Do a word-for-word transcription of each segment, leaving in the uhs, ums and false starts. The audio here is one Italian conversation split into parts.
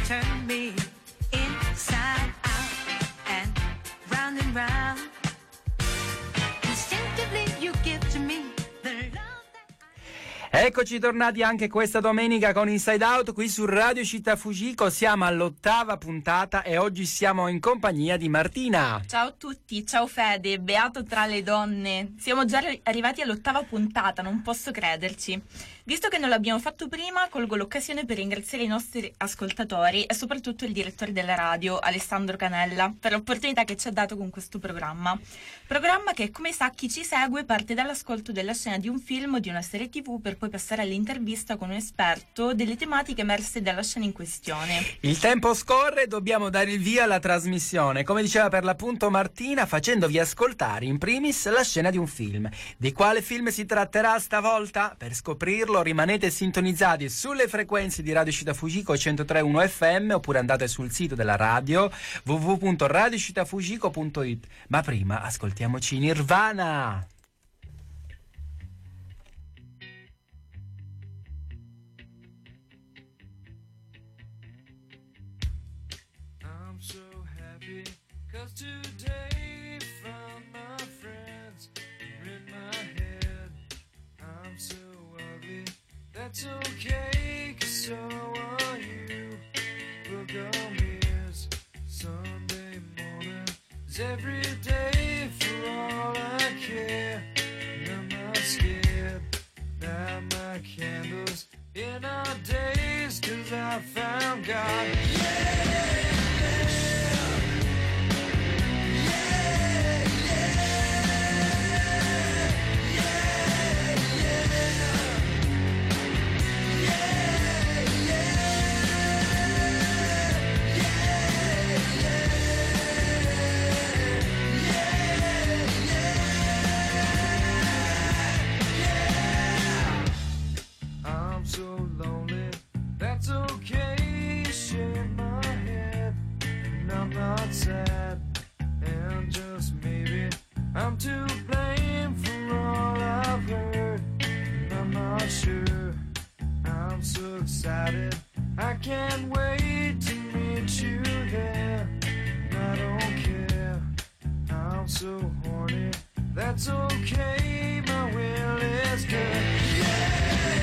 turn me inside out and round and round. Instinctively you give to me the love that Eccoci tornati anche questa domenica con Inside Out qui su Radio Città Fujiko. Siamo all'ottava puntata e oggi siamo in compagnia di Martina. Ciao a tutti, ciao Fede, beato tra le donne. Siamo già arrivati all'ottava puntata, non posso crederci. Visto che non l'abbiamo fatto prima, colgo l'occasione per ringraziare i nostri ascoltatori e soprattutto il direttore della radio, Alessandro Canella, per l'opportunità che ci ha dato con questo programma. Programma che, come sa chi ci segue, parte dall'ascolto della scena di un film o di una serie tivù per poi passare all'intervista con un esperto delle tematiche emerse dalla scena in questione. Il tempo scorre e dobbiamo dare il via alla trasmissione, come diceva per l'appunto Martina, facendovi ascoltare in primis la scena di un film. Di quale film si tratterà stavolta? Per scoprirlo rimanete sintonizzati sulle frequenze di Radio Città Fujiko centotré virgola uno F M oppure andate sul sito della radio w w w punto radio città fujiko punto i t. Ma prima ascoltiamoci Nirvana. I'm so happy 'cause today found my friends are in my head. I'm so ugly, that's okay, 'cause so are you. Look on me, it's Sunday morning, it's every day for all I care. And I'm not scared, light my candles in our days, 'cause I found God. Yeah! So lonely, that's okay, shake my head, and I'm not sad, and just maybe I'm to blame for all I've heard, and I'm not sure, I'm so excited, I can't wait to meet you there, and I don't care, I'm so horny, that's okay, my will is good, yeah!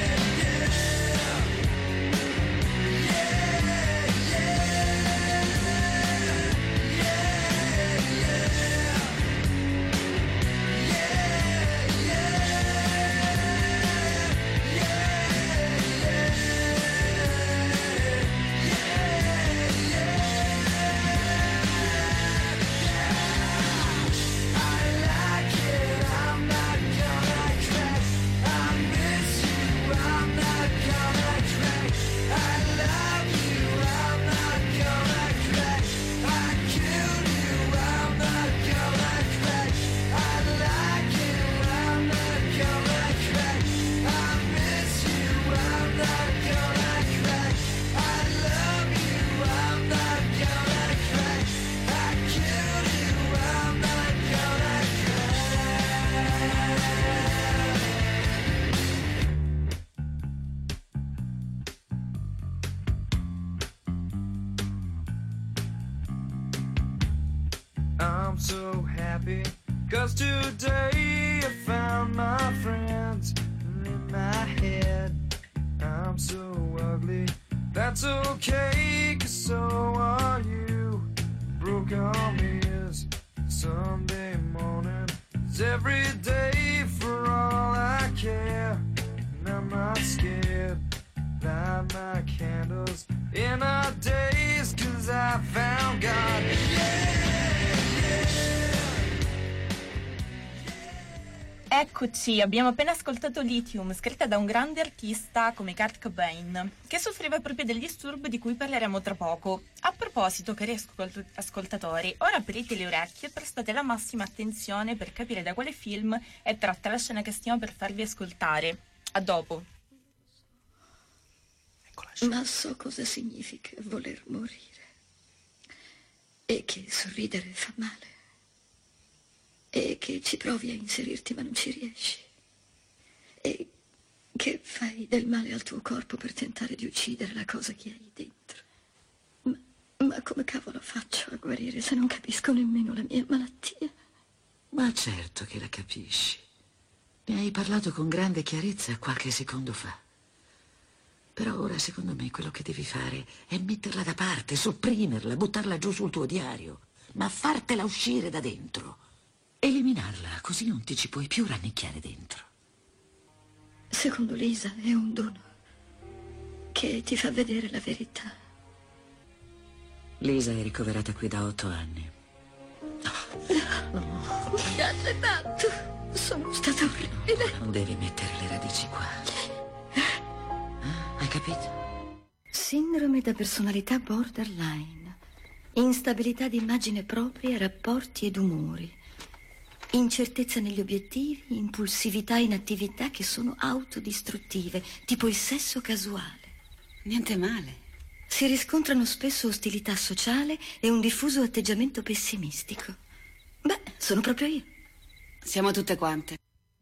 I'm so happy, 'cause today I found my friends in my head. I'm so ugly, that's okay, 'cause so are you. Broke on me is Sunday morning, it's every day for all I care. And I'm not scared, light my candles in our days, 'cause I found God. Yeah! Eccoci, abbiamo appena ascoltato Lithium, scritta da un grande artista come Kurt Cobain, che soffriva proprio del disturbo di cui parleremo tra poco. A proposito, cari ascolt- ascoltatori, ora aprite le orecchie e prestate la massima attenzione per capire da quale film è tratta la scena che stiamo per farvi ascoltare. A dopo. Ma so cosa significa voler morire e che sorridere fa male. E che ci provi a inserirti ma non ci riesci. E che fai del male al tuo corpo per tentare di uccidere la cosa che hai dentro. Ma come cavolo faccio a guarire se non capisco nemmeno la mia malattia? Ma certo che la capisci. Ne hai parlato con grande chiarezza qualche secondo fa. Però ora, secondo me, quello che devi fare è metterla da parte, sopprimerla, buttarla giù sul tuo diario, ma fartela uscire da dentro. Eliminarla, così non ti ci puoi più rannicchiare dentro. Secondo Lisa è un dono che ti fa vedere la verità. Lisa è ricoverata qui da otto anni. Mi piace tanto. Sono stata orribile. Non devi mettere le radici qua. Ah, hai capito? Sindrome da personalità borderline. Instabilità di immagine propria, rapporti ed umori. Incertezza negli obiettivi, impulsività in attività che sono autodistruttive, tipo il sesso casuale. Niente male. Si riscontrano spesso ostilità sociale e un diffuso atteggiamento pessimistico. Beh, sono proprio io. Siamo tutte quante.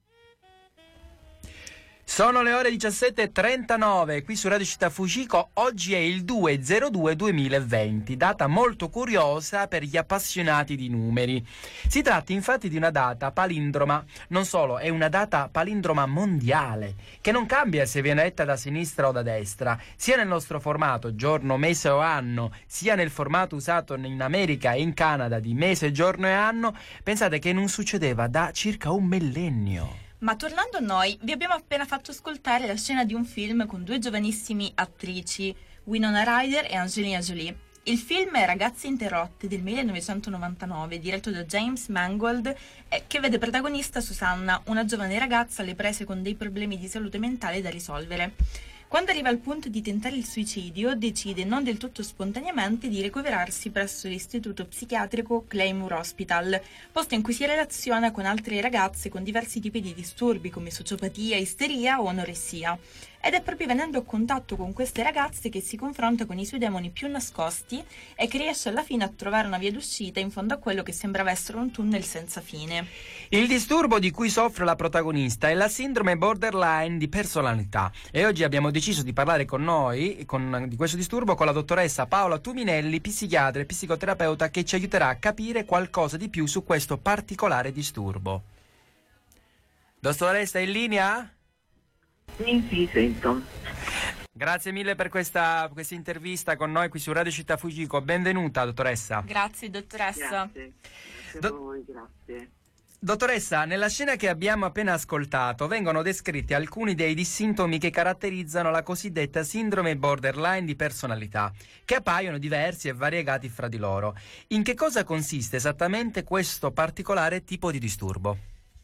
Sono le ore diciassette e trentanove qui su Radio Città Fucico. Oggi è il due zero due duemilaventi, data molto curiosa per gli appassionati di numeri. Si tratta infatti di una data palindroma, non solo, è una data palindroma mondiale, che non cambia se viene letta da sinistra o da destra, sia nel nostro formato giorno, mese o anno, sia nel formato usato in America e in Canada di mese, giorno e anno. Pensate che non succedeva da circa un millennio. Ma tornando a noi, vi abbiamo appena fatto ascoltare la scena di un film con due giovanissime attrici, Winona Ryder e Angelina Jolie. Il film è Ragazze interrotte del millenovecentonovantanove, diretto da James Mangold, eh, che vede protagonista Susanna, una giovane ragazza alle prese con dei problemi di salute mentale da risolvere. Quando arriva al punto di tentare il suicidio, decide non del tutto spontaneamente di ricoverarsi presso l'istituto psichiatrico Claymore Hospital, posto in cui si relaziona con altre ragazze con diversi tipi di disturbi come sociopatia, isteria o anoressia. Ed è proprio venendo a contatto con queste ragazze che si confronta con i suoi demoni più nascosti e che riesce alla fine a trovare una via d'uscita in fondo a quello che sembrava essere un tunnel senza fine. Il disturbo di cui soffre la protagonista è la sindrome borderline di personalità e oggi abbiamo deciso di parlare con noi con, di questo disturbo con la dottoressa Paola Tuminelli, psichiatra e psicoterapeuta, che ci aiuterà a capire qualcosa di più su questo particolare disturbo. Dottoressa, in linea? Sì, sì, sento. Grazie mille per questa, questa intervista con noi qui su Radio Città Fucico. Benvenuta, dottoressa. Grazie, dottoressa. Grazie. Grazie a Do- voi, grazie. Dottoressa, nella scena che abbiamo appena ascoltato vengono descritti alcuni dei sintomi che caratterizzano la cosiddetta sindrome borderline di personalità, che appaiono diversi e variegati fra di loro. In che cosa consiste esattamente questo particolare tipo di disturbo?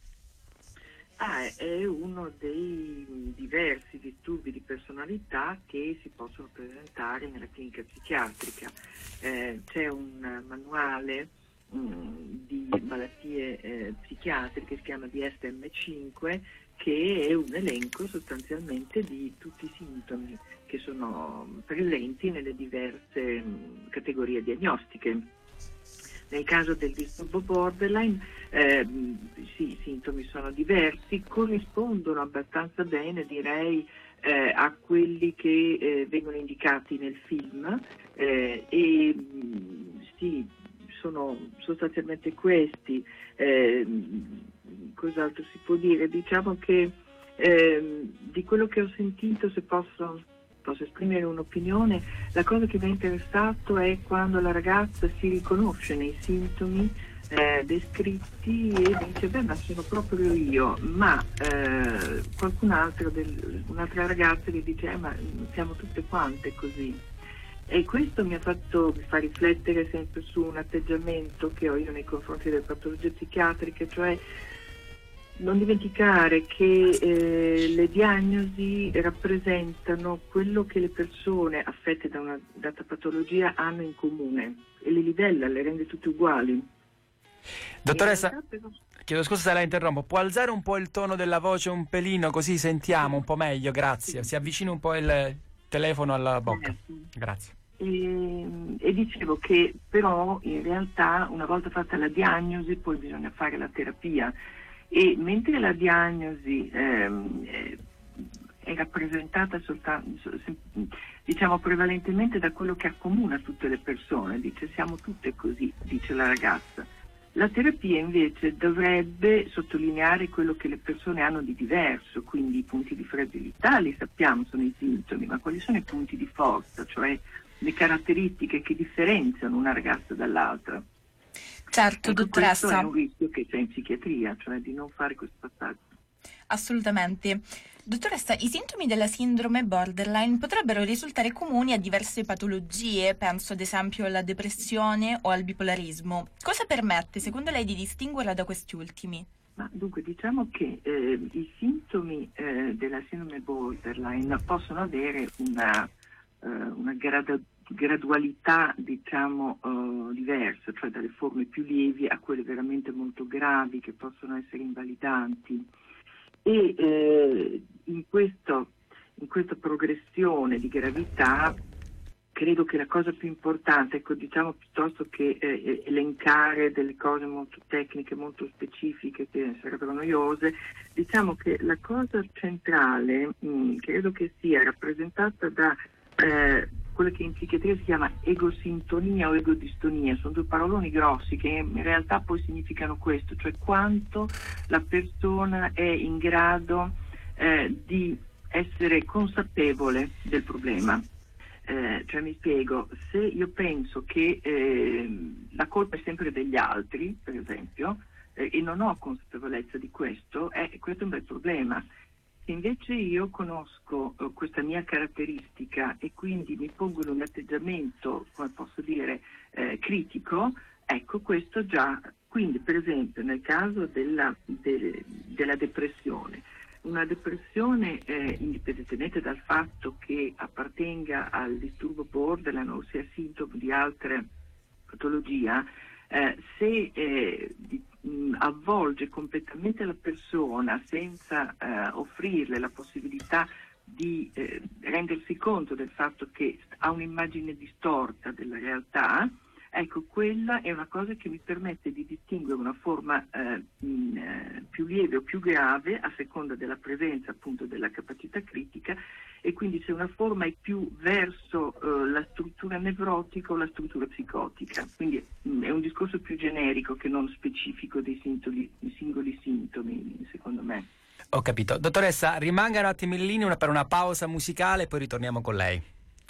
Ah, è uno dei diversi disturbi di personalità che si possono presentare nella clinica psichiatrica. Eh, c'è un manuale mh, di malattie eh, psichiatriche, si chiama D S M cinque, che è un elenco sostanzialmente di tutti i sintomi che sono presenti nelle diverse mh, categorie diagnostiche. Nel caso del disturbo borderline, eh, sì, i sintomi sono diversi, corrispondono abbastanza bene, direi, eh, a quelli che eh, vengono indicati nel film eh, e mh, sì, sono sostanzialmente questi. Eh, cos'altro si può dire? Diciamo che eh, di quello che ho sentito, se posso... posso esprimere un'opinione, la cosa che mi ha interessato è quando la ragazza si riconosce nei sintomi eh, descritti e dice beh, ma sono proprio io, ma eh, qualcun altro, del, un'altra ragazza gli dice eh, ma siamo tutte quante così. E questo mi ha fatto, mi fa riflettere sempre su un atteggiamento che ho io nei confronti delle patologie psichiatriche, cioè non dimenticare che eh, le diagnosi rappresentano quello che le persone affette da una data patologia hanno in comune e le livella, le rende tutte uguali. Dottoressa, realtà, però... chiedo scusa se la interrompo, può alzare un po' il tono della voce un pelino così sentiamo un po' meglio, grazie. Si avvicina un po' il telefono alla bocca. Grazie. E, e dicevo che però in realtà una volta fatta la diagnosi poi bisogna fare la terapia. E mentre la diagnosi ehm, è rappresentata soltanto, diciamo prevalentemente da quello che accomuna tutte le persone, dice siamo tutte così, dice la ragazza. La terapia invece dovrebbe sottolineare quello che le persone hanno di diverso, quindi i punti di fragilità li sappiamo, sono i sintomi, ma quali sono i punti di forza, cioè le caratteristiche che differenziano una ragazza dall'altra. Certo, ecco, dottoressa. Questo è un rischio che c'è in psichiatria, cioè di non fare questo passaggio. Assolutamente. Dottoressa, i sintomi della sindrome borderline potrebbero risultare comuni a diverse patologie, penso ad esempio alla depressione o al bipolarismo. Cosa permette, secondo lei, di distinguerla da questi ultimi? Ma dunque, diciamo che eh, i sintomi eh, della sindrome borderline possono avere una, eh, una grada- gradualità, diciamo, eh, diversa, cioè dalle forme più lievi a quelle veramente molto gravi che possono essere invalidanti. E eh, in, questo, in questa progressione di gravità credo che la cosa più importante, ecco, diciamo piuttosto che eh, elencare delle cose molto tecniche, molto specifiche che sarebbero noiose, diciamo che la cosa centrale mh, credo che sia rappresentata da eh, quello che in psichiatria si chiama egosintonia o egodistonia, sono due paroloni grossi che in realtà poi significano questo, cioè quanto la persona è in grado eh, di essere consapevole del problema. Eh, cioè mi spiego, se io penso che eh, la colpa è sempre degli altri, per esempio, eh, e non ho consapevolezza di questo, eh, questo è un bel problema. Se invece io conosco eh, questa mia caratteristica e quindi mi pongo in un atteggiamento, come posso dire, eh, critico, ecco questo già, quindi per esempio nel caso della, de, della depressione, una depressione eh, indipendentemente dal fatto che appartenga al disturbo borderline o sia sintomo di altre patologie, eh, se eh, di, mh, avvolge completamente la persona senza eh, offrirle la possibilità di eh, rendersi conto del fatto che ha un'immagine distorta della realtà, ecco, quella è una cosa che mi permette di distinguere una forma eh, mh, eh, più lieve o più grave a seconda della presenza appunto della capacità critica, e quindi se una forma è più verso eh, la struttura nevrotica o la struttura psicotica. Quindi mh, è un discorso più generico che non specifico dei, sintoli, dei singoli sintomi, secondo me. Ho capito. Dottoressa, rimanga un attimo in linea per una pausa musicale e poi ritorniamo con lei.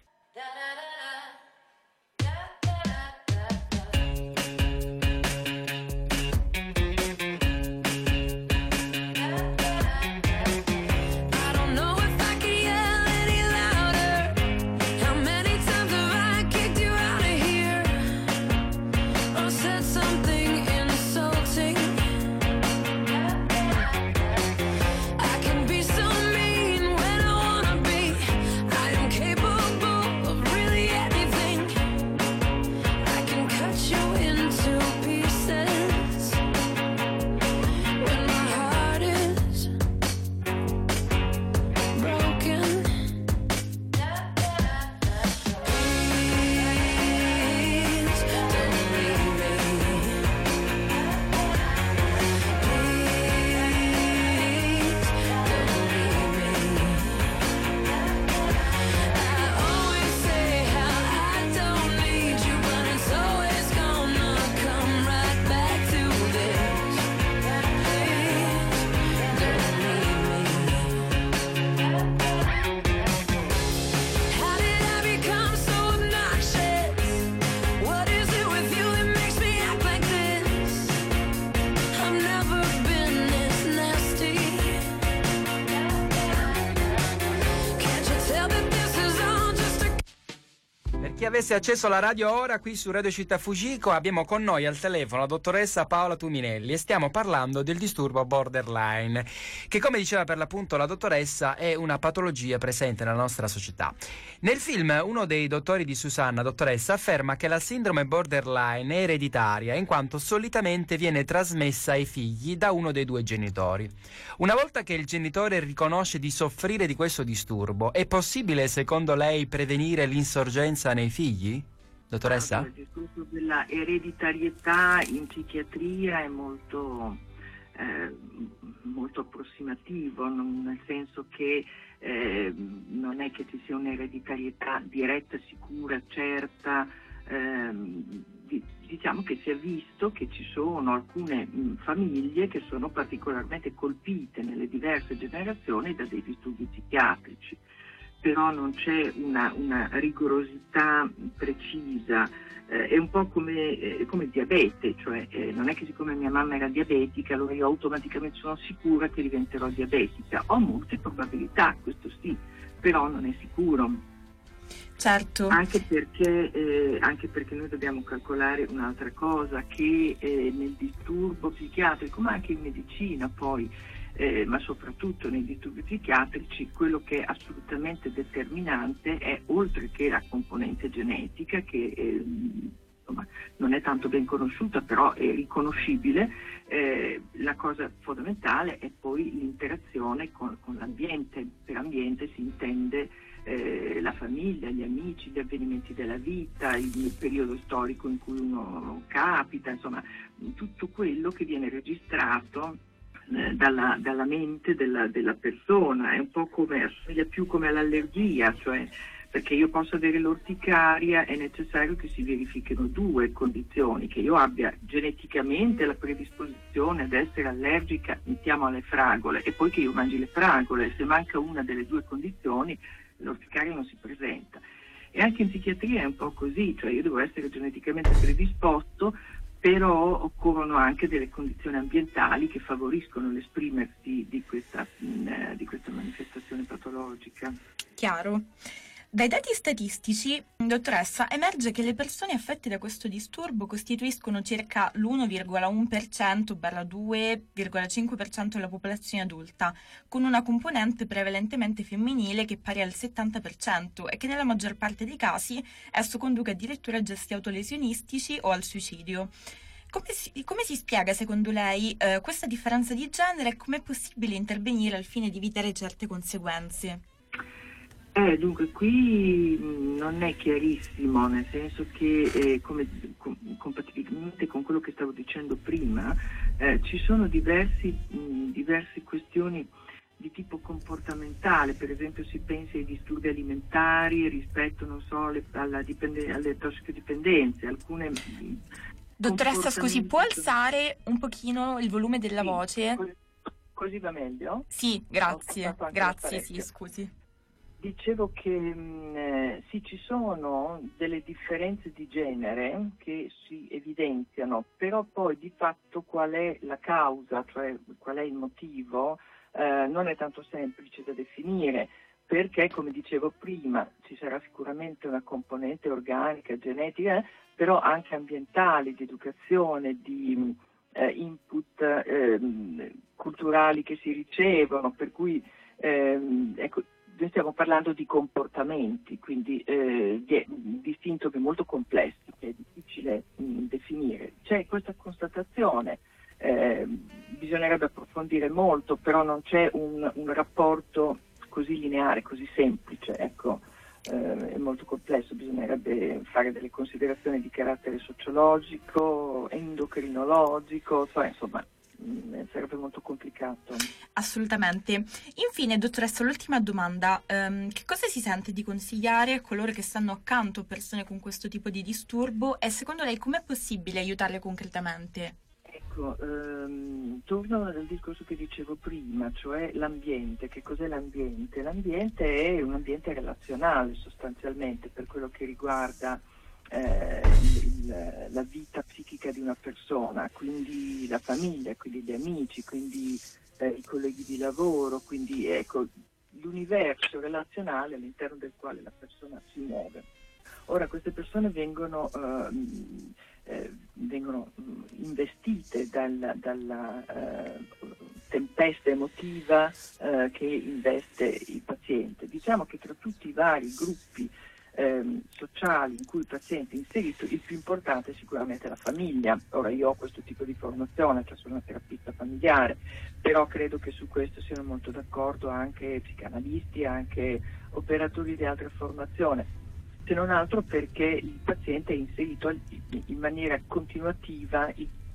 Chi avesse accesso alla radio ora, qui su Radio Città Fujiko abbiamo con noi al telefono la dottoressa Paola Tuminelli e stiamo parlando del disturbo borderline, che, come diceva per l'appunto la dottoressa, è una patologia presente nella nostra società. Nel film uno dei dottori di Susanna, dottoressa, afferma che la sindrome borderline è ereditaria in quanto solitamente viene trasmessa ai figli da uno dei due genitori. Una volta che il genitore riconosce di soffrire di questo disturbo, è possibile secondo lei prevenire l'insorgenza nei figli? Dottoressa? Il discorso della ereditarietà in psichiatria è molto, eh, molto approssimativo, non- nel senso che eh, non è che ci sia un'ereditarietà diretta, sicura, certa. ehm, di- diciamo che si è visto che ci sono alcune mh, famiglie che sono particolarmente colpite nelle diverse generazioni da dei disturbi psichiatrici, però non c'è una, una rigorosità precisa. Eh, è un po' come, eh, come il diabete, cioè eh, non è che siccome mia mamma era diabetica allora io automaticamente sono sicura che diventerò diabetica. Ho molte probabilità, questo sì, però non è sicuro. Certo. Anche perché, eh, anche perché noi dobbiamo calcolare un'altra cosa, che eh, nel disturbo psichiatrico, ma anche in medicina poi, eh, ma soprattutto nei disturbi psichiatrici, quello che è assolutamente determinante è, oltre che la componente genetica, che eh, insomma, non è tanto ben conosciuta, però è riconoscibile, eh, la cosa fondamentale è poi l'interazione con, con l'ambiente. Per ambiente si intende eh, la famiglia, gli amici, gli avvenimenti della vita, il periodo storico in cui uno capita, insomma tutto quello che viene registrato eh, dalla, dalla mente della, della persona. È un po' come, assomiglia più come all'allergia, cioè perché io posso avere l'orticaria è necessario che si verifichino due condizioni: che io abbia geneticamente la predisposizione ad essere allergica, mettiamo alle fragole, e poi che io mangi le fragole. Se manca una delle due condizioni l'orticaria non si presenta. E anche in psichiatria è un po' così, cioè io devo essere geneticamente predisposto, però occorrono anche delle condizioni ambientali che favoriscono l'esprimersi di questa, mh, di questa manifestazione patologica. Chiaro. Dai dati statistici, dottoressa, emerge che le persone affette da questo disturbo costituiscono circa l'uno virgola uno per cento barra due virgola cinque per cento della popolazione adulta, con una componente prevalentemente femminile che è pari al settanta per cento e che nella maggior parte dei casi esso conduce addirittura a gesti autolesionistici o al suicidio. Come si, come si spiega secondo lei eh, questa differenza di genere e com'è possibile intervenire al fine di evitare certe conseguenze? Eh, dunque qui mh, non è chiarissimo, nel senso che eh, come, com- compatibilmente con quello che stavo dicendo prima, eh, ci sono diversi, mh, diverse questioni di tipo comportamentale. Per esempio si pensa ai disturbi alimentari rispetto, non so, alle, alla dipende- alle tossicodipendenze. Alcune mh, Dottoressa, scusi, può comportamenti- alzare un pochino il volume della Sì, voce? così, così va meglio? Sì, Ho grazie, passato anche grazie, sì, l'apparecchio. scusi. Dicevo che mh, eh, sì, ci sono delle differenze di genere che si evidenziano, però poi di fatto qual è la causa, cioè qual è il motivo, eh, non è tanto semplice da definire, perché come dicevo prima ci sarà sicuramente una componente organica, genetica, però anche ambientale, di educazione, di mh, eh, input ehm, culturali che si ricevono, per cui ehm, ecco, noi stiamo parlando di comportamenti, quindi eh, di, di sintomi molto complessi che è difficile mh, definire. C'è questa constatazione, eh, bisognerebbe approfondire molto, però non c'è un, un rapporto così lineare, così semplice, ecco, eh, è molto complesso, bisognerebbe fare delle considerazioni di carattere sociologico, endocrinologico, cioè, insomma, mh, sarebbe molto complicato. Assolutamente. Infine, dottoressa, l'ultima domanda. Ehm, che cosa si sente di consigliare a coloro che stanno accanto a persone con questo tipo di disturbo e secondo lei com'è possibile aiutarle concretamente? Ecco, ehm, torno al discorso che dicevo prima, cioè l'ambiente. Che cos'è l'ambiente? L'ambiente è un ambiente relazionale sostanzialmente per quello che riguarda eh, il, la vita psichica di una persona, quindi la famiglia, quindi gli amici, quindi eh, i colleghi di lavoro, quindi ecco l'universo relazionale all'interno del quale la persona si muove. Ora queste persone vengono ehm, Eh, vengono mh, investite dal, dalla eh, tempesta emotiva eh, che investe il paziente. Diciamo che tra tutti i vari gruppi ehm, sociali in cui il paziente è inserito, il più importante è sicuramente la famiglia. Ora io ho questo tipo di formazione, cioè sono una terapista familiare, però credo che su questo siano molto d'accordo anche psicanalisti, anche operatori di altra formazione. Se non altro perché il paziente è inserito in maniera continuativa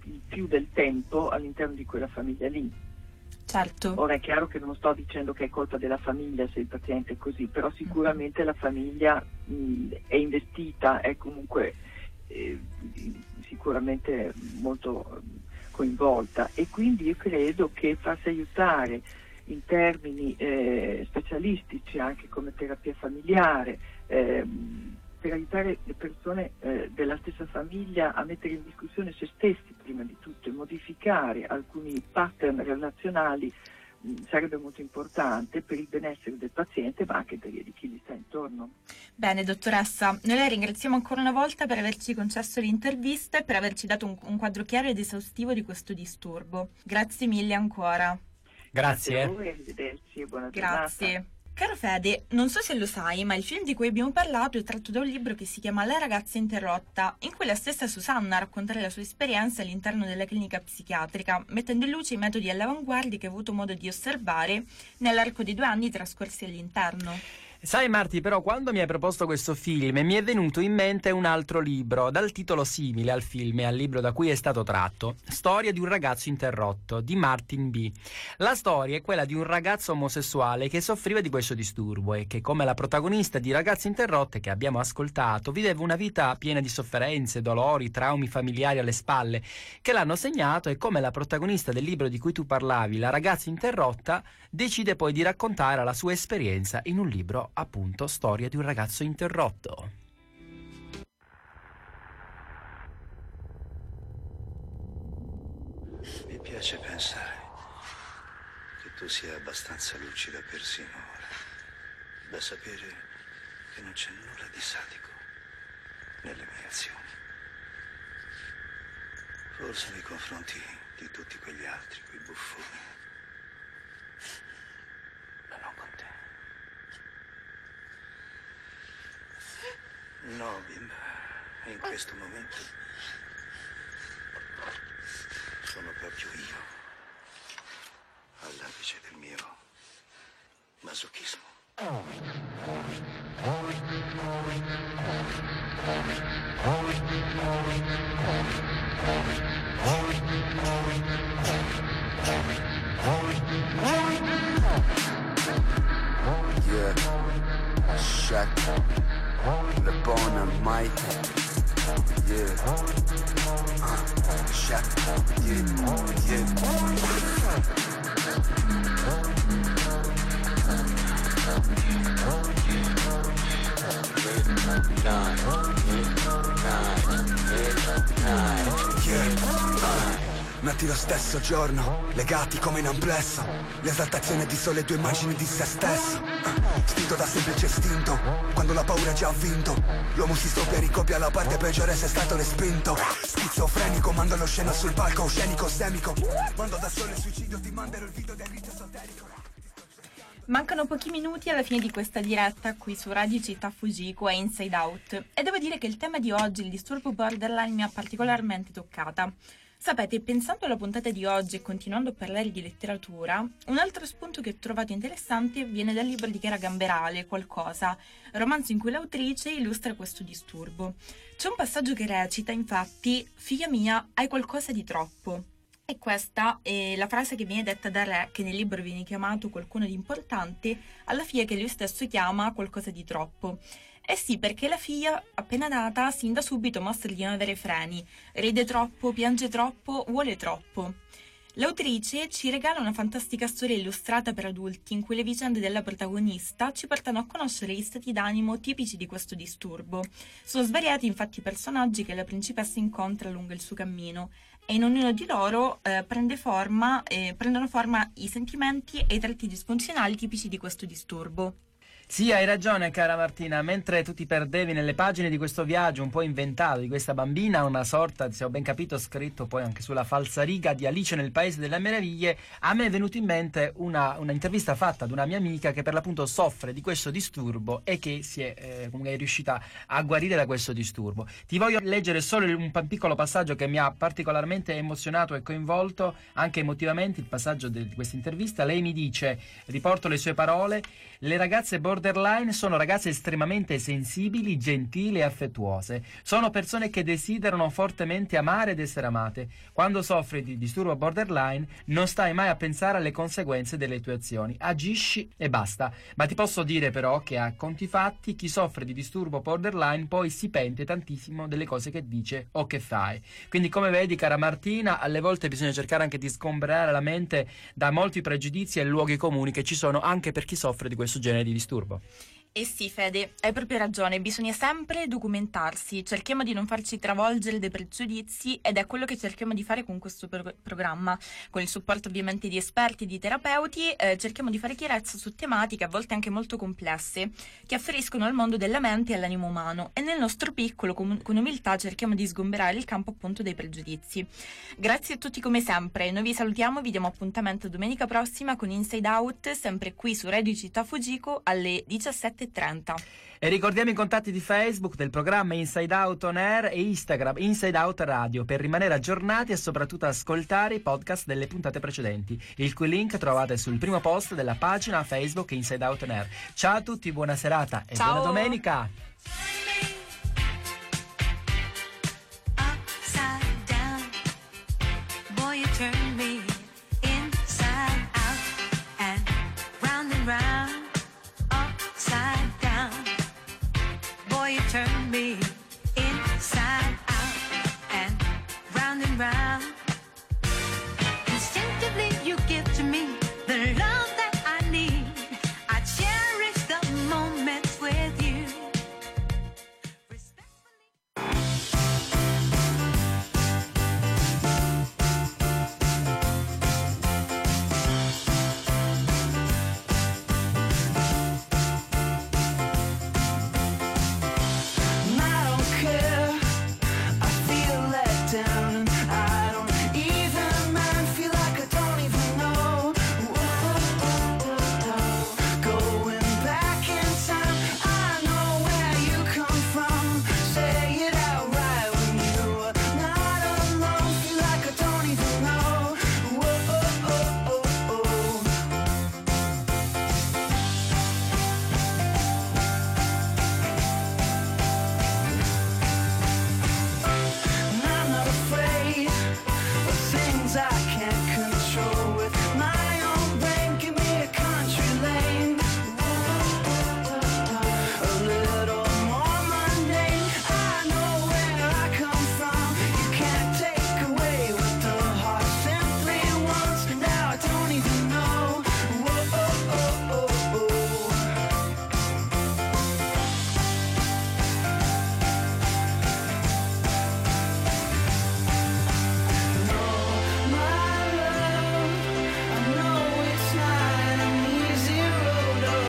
il più del tempo all'interno di quella famiglia lì. Certo. Ora è chiaro che non sto dicendo che è colpa della famiglia se il paziente è così, però sicuramente la famiglia mh, è investita, è comunque eh, sicuramente molto coinvolta, e quindi io credo che farsi aiutare in termini eh, specialistici, anche come terapia familiare, ehm, per aiutare le persone eh, della stessa famiglia a mettere in discussione se stessi prima di tutto e modificare alcuni pattern relazionali mh, sarebbe molto importante per il benessere del paziente, ma anche per di chi gli sta intorno. Bene, dottoressa, noi la ringraziamo ancora una volta per averci concesso l'intervista e per averci dato un, un quadro chiaro ed esaustivo di questo disturbo. Grazie mille ancora. Grazie. Grazie a voi, arrivederci e buona giornata. Grazie. Caro Fede, non so se lo sai, ma il film di cui abbiamo parlato è tratto da un libro che si chiama La ragazza interrotta, in cui la stessa Susanna racconterà la sua esperienza all'interno della clinica psichiatrica, mettendo in luce i metodi all'avanguardia che ha avuto modo di osservare nell'arco dei due anni trascorsi all'interno. Sai Marti, però quando mi hai proposto questo film mi è venuto in mente un altro libro dal titolo simile al film e al libro da cui è stato tratto, Storia di un ragazzo interrotto di Martin B. La storia è quella di un ragazzo omosessuale che soffriva di questo disturbo e che, come la protagonista di Ragazze interrotte che abbiamo ascoltato, viveva una vita piena di sofferenze, dolori, traumi familiari alle spalle che l'hanno segnato, e come la protagonista del libro di cui tu parlavi, La ragazza interrotta, decide poi di raccontare la sua esperienza in un libro, appunto, Storia di un ragazzo interrotto. Mi piace pensare che tu sia abbastanza lucida persino ora da sapere che non c'è nulla di sadico nelle mie azioni. Forse nei confronti di tutti quegli altri, quei buffoni. Ma non con te. No, bimba, in questo momento sono proprio io all'apice del mio masochismo. Yeah, Shaq, LeBron and Mike. Yeah, uh, Shaq. Yeah, yeah. Nati lo stesso giorno, legati come in amplesso. L'esaltazione di sole due immagini di se stesso. Istinto da semplice istinto, quando la paura già ha vinto. L'uomo si stopia e ricopia la parte peggiore se è stato respinto. Schizofrenico, mando lo scena sul palco, scenico, semico. Mando da solo il suicidio, ti manderò il video del rito esoterico. Mancano pochi minuti alla fine di questa diretta qui su Radio Città Fujiko e Inside Out, e devo dire che il tema di oggi, il disturbo borderline, mi ha particolarmente toccata. Sapete, pensando alla puntata di oggi e continuando a parlare di letteratura, un altro spunto che ho trovato interessante viene dal libro di Chiara Gamberale, Qualcosa, romanzo in cui l'autrice illustra questo disturbo. C'è un passaggio che recita, infatti, «Figlia mia, hai qualcosa di troppo». E questa è la frase che viene detta da Re, che nel libro viene chiamato qualcuno di importante, alla figlia che lui stesso chiama qualcosa di troppo. Eh sì, perché la figlia, appena nata, sin da subito mostra di non avere freni, ride troppo, piange troppo, vuole troppo. L'autrice ci regala una fantastica storia illustrata per adulti in cui le vicende della protagonista ci portano a conoscere gli stati d'animo tipici di questo disturbo. Sono svariati infatti i personaggi che la principessa incontra lungo il suo cammino, e in ognuno di loro eh, prende forma, eh, prendono forma i sentimenti e i tratti disfunzionali tipici di questo disturbo. Sì, hai ragione cara Martina, mentre tu ti perdevi nelle pagine di questo viaggio un po' inventato di questa bambina, una sorta, se ho ben capito, scritto poi anche sulla falsariga di Alice nel Paese delle Meraviglie, a me è venuto in mente una, una intervista fatta ad una mia amica che per l'appunto soffre di questo disturbo e che si è, eh, comunque è riuscita a guarire da questo disturbo. Ti voglio leggere solo un piccolo passaggio che mi ha particolarmente emozionato e coinvolto anche emotivamente, il passaggio di questa intervista. Lei mi dice, riporto le sue parole: le ragazze borderline borderline sono ragazze estremamente sensibili, gentili e affettuose. Sono persone che desiderano fortemente amare ed essere amate. Quando soffri di disturbo borderline non stai mai a pensare alle conseguenze delle tue azioni, agisci e basta. Ma ti posso dire però che a conti fatti chi soffre di disturbo borderline poi si pente tantissimo delle cose che dice o che fai. Quindi, come vedi, cara Martina, alle volte bisogna cercare anche di sgomberare la mente da molti pregiudizi e luoghi comuni che ci sono anche per chi soffre di questo genere di disturbo. Eh sì, Fede, hai proprio ragione, bisogna sempre documentarsi, cerchiamo di non farci travolgere dai pregiudizi ed è quello che cerchiamo di fare con questo pro- programma, con il supporto ovviamente di esperti e di terapeuti, eh, cerchiamo di fare chiarezza su tematiche a volte anche molto complesse, che afferiscono al mondo della mente e all'animo umano e nel nostro piccolo, com- con umiltà, cerchiamo di sgomberare il campo appunto dei pregiudizi. Grazie a tutti come sempre, noi vi salutiamo, vi diamo appuntamento domenica prossima con Inside Out, sempre qui su Radio Città Fujiko alle diciassette e trenta. E ricordiamo i contatti di Facebook del programma Inside Out On Air e Instagram Inside Out Radio per rimanere aggiornati e soprattutto ascoltare i podcast delle puntate precedenti, il cui link trovate sul primo post della pagina Facebook Inside Out On Air. Ciao a tutti, buona serata e Ciao. buona domenica! Upside down, boy, you turn me inside out and round and round. Upside down, boy, you turn me inside out and round and round.